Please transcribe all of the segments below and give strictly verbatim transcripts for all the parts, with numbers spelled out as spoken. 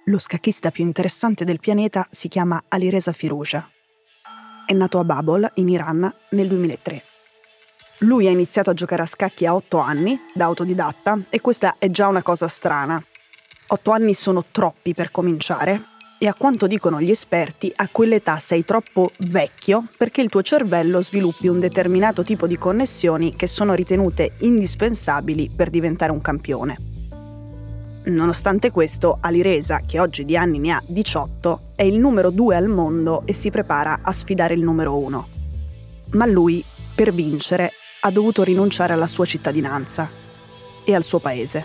Lo scacchista più interessante del pianeta si chiama Alireza Firouzja. È nato a Babol, in Iran, nel duemilatré. Lui ha iniziato a giocare a scacchi a otto anni, da autodidatta, e questa è già una cosa strana. Otto anni sono troppi per cominciare, e a quanto dicono gli esperti, a quell'età sei troppo vecchio perché il tuo cervello sviluppi un determinato tipo di connessioni che sono ritenute indispensabili per diventare un campione. Nonostante questo, Alireza, che oggi di anni ne ha diciotto, è il numero due al mondo e si prepara a sfidare il numero uno. Ma lui, per vincere, ha dovuto rinunciare alla sua cittadinanza e al suo paese.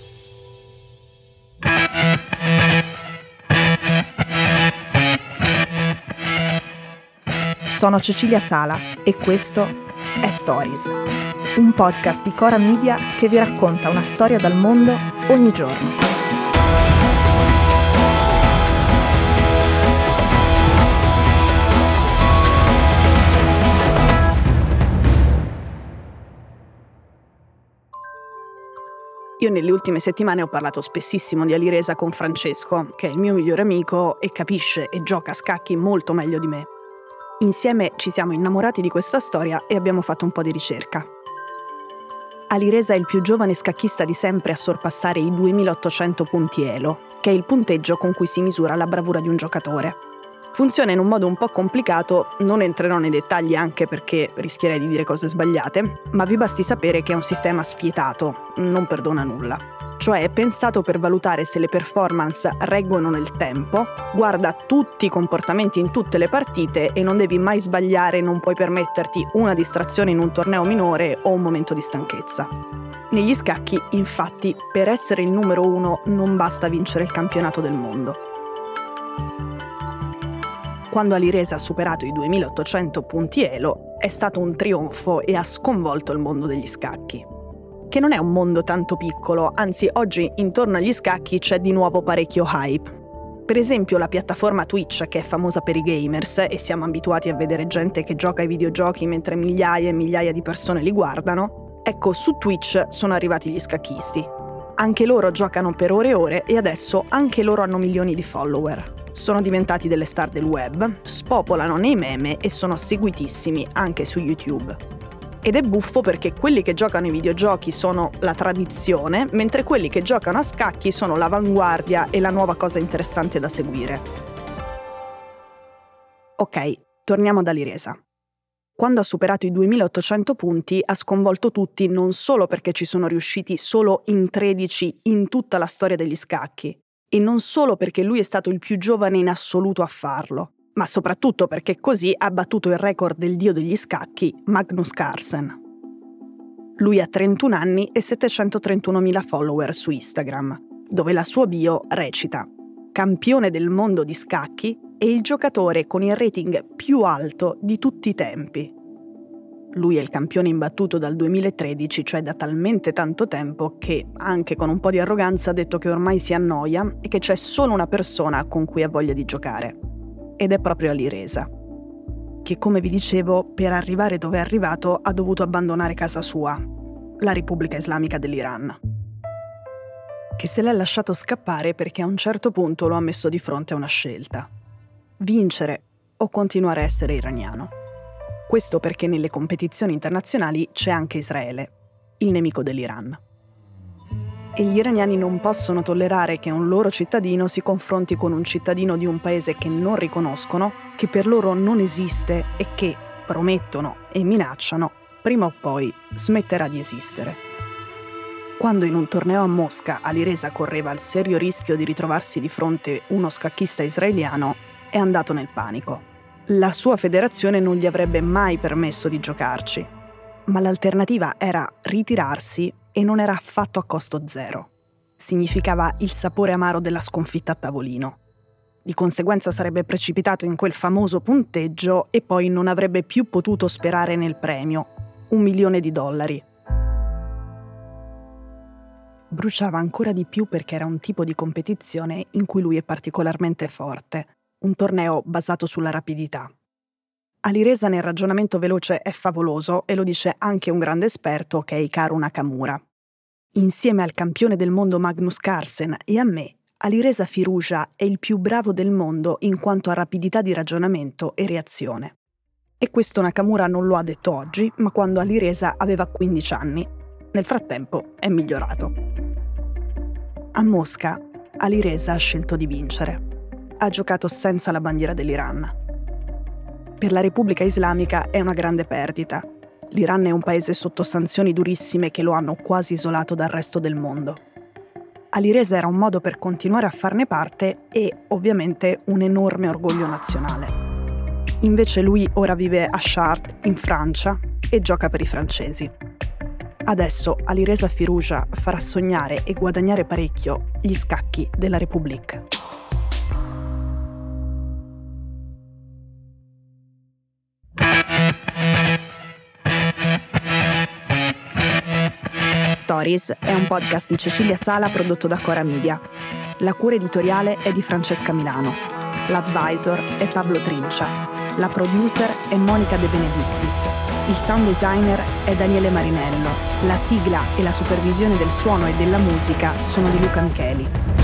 Sono Cecilia Sala e questo è Stories, un podcast di Cora Media che vi racconta una storia dal mondo ogni giorno. Io nelle ultime settimane ho parlato spessissimo di Alireza con Francesco, che è il mio migliore amico e capisce e gioca a scacchi molto meglio di me. Insieme ci siamo innamorati di questa storia e abbiamo fatto un po' di ricerca. Alireza è il più giovane scacchista di sempre a sorpassare i duemilaottocento punti Elo, che è il punteggio con cui si misura la bravura di un giocatore. Funziona in un modo un po' complicato, non entrerò nei dettagli anche perché rischierei di dire cose sbagliate, ma vi basti sapere che è un sistema spietato, non perdona nulla. Cioè è pensato per valutare se le performance reggono nel tempo, guarda tutti i comportamenti in tutte le partite e non devi mai sbagliare, non puoi permetterti una distrazione in un torneo minore o un momento di stanchezza. Negli scacchi, infatti, per essere il numero uno non basta vincere il campionato del mondo. Quando Alireza ha superato i duemilaottocento punti Elo è stato un trionfo e ha sconvolto il mondo degli scacchi. Che non è un mondo tanto piccolo, anzi oggi intorno agli scacchi c'è di nuovo parecchio hype. Per esempio la piattaforma Twitch, che è famosa per i gamers e siamo abituati a vedere gente che gioca ai videogiochi mentre migliaia e migliaia di persone li guardano, ecco su Twitch sono arrivati gli scacchisti. Anche loro giocano per ore e ore e adesso anche loro hanno milioni di follower. Sono diventati delle star del web, spopolano nei meme e sono seguitissimi anche su YouTube. Ed è buffo perché quelli che giocano ai videogiochi sono la tradizione, mentre quelli che giocano a scacchi sono l'avanguardia e la nuova cosa interessante da seguire. Ok, torniamo ad Alireza. Quando ha superato i duemilaottocento punti ha sconvolto tutti non solo perché ci sono riusciti solo in tredici in tutta la storia degli scacchi, e non solo perché lui è stato il più giovane in assoluto a farlo, ma soprattutto perché così ha battuto il record del dio degli scacchi, Magnus Carlsen. Lui ha trentuno anni e settecentotrentunomila follower su Instagram, dove la sua bio recita «Campione del mondo di scacchi e il giocatore con il rating più alto di tutti i tempi». Lui è il campione imbattuto dal duemilatredici, cioè da talmente tanto tempo che, anche con un po' di arroganza, ha detto che ormai si annoia e che c'è solo una persona con cui ha voglia di giocare. Ed è proprio Alireza, che come vi dicevo, per arrivare dove è arrivato ha dovuto abbandonare casa sua, la Repubblica Islamica dell'Iran, che se l'è lasciato scappare perché a un certo punto lo ha messo di fronte a una scelta: vincere o continuare a essere iraniano. Questo perché nelle competizioni internazionali c'è anche Israele, il nemico dell'Iran. E gli iraniani non possono tollerare che un loro cittadino si confronti con un cittadino di un paese che non riconoscono, che per loro non esiste e che, promettono e minacciano, prima o poi smetterà di esistere. Quando in un torneo a Mosca Alireza correva il serio rischio di ritrovarsi di fronte uno scacchista israeliano, è andato nel panico. La sua federazione non gli avrebbe mai permesso di giocarci, ma l'alternativa era ritirarsi e non era affatto a costo zero. Significava il sapore amaro della sconfitta a tavolino. Di conseguenza sarebbe precipitato in quel famoso punteggio e poi non avrebbe più potuto sperare nel premio, un milione di dollari. Bruciava ancora di più perché era un tipo di competizione in cui lui è particolarmente forte, un torneo basato sulla rapidità. Alireza nel ragionamento veloce è favoloso e lo dice anche un grande esperto che è Hikaru Nakamura. Insieme al campione del mondo Magnus Carlsen e a me, Alireza Firouzja è il più bravo del mondo in quanto a rapidità di ragionamento e reazione. E questo Nakamura non lo ha detto oggi, ma quando Alireza aveva quindici anni. Nel frattempo è migliorato. A Mosca, Alireza ha scelto di vincere. Ha giocato senza la bandiera dell'Iran. Per la Repubblica Islamica è una grande perdita. L'Iran è un paese sotto sanzioni durissime che lo hanno quasi isolato dal resto del mondo. Alireza era un modo per continuare a farne parte e, ovviamente, un enorme orgoglio nazionale. Invece lui ora vive a Chartres, in Francia, e gioca per i francesi. Adesso Alireza Firouzja farà sognare e guadagnare parecchio gli scacchi della République. Stories è un podcast di Cecilia Sala prodotto da Cora Media. La cura editoriale è di Francesca Milano. L'advisor è Pablo Trincia. La producer è Monica De Benedictis. Il sound designer è Daniele Marinello. La sigla e la supervisione del suono e della musica sono di Luca Micheli.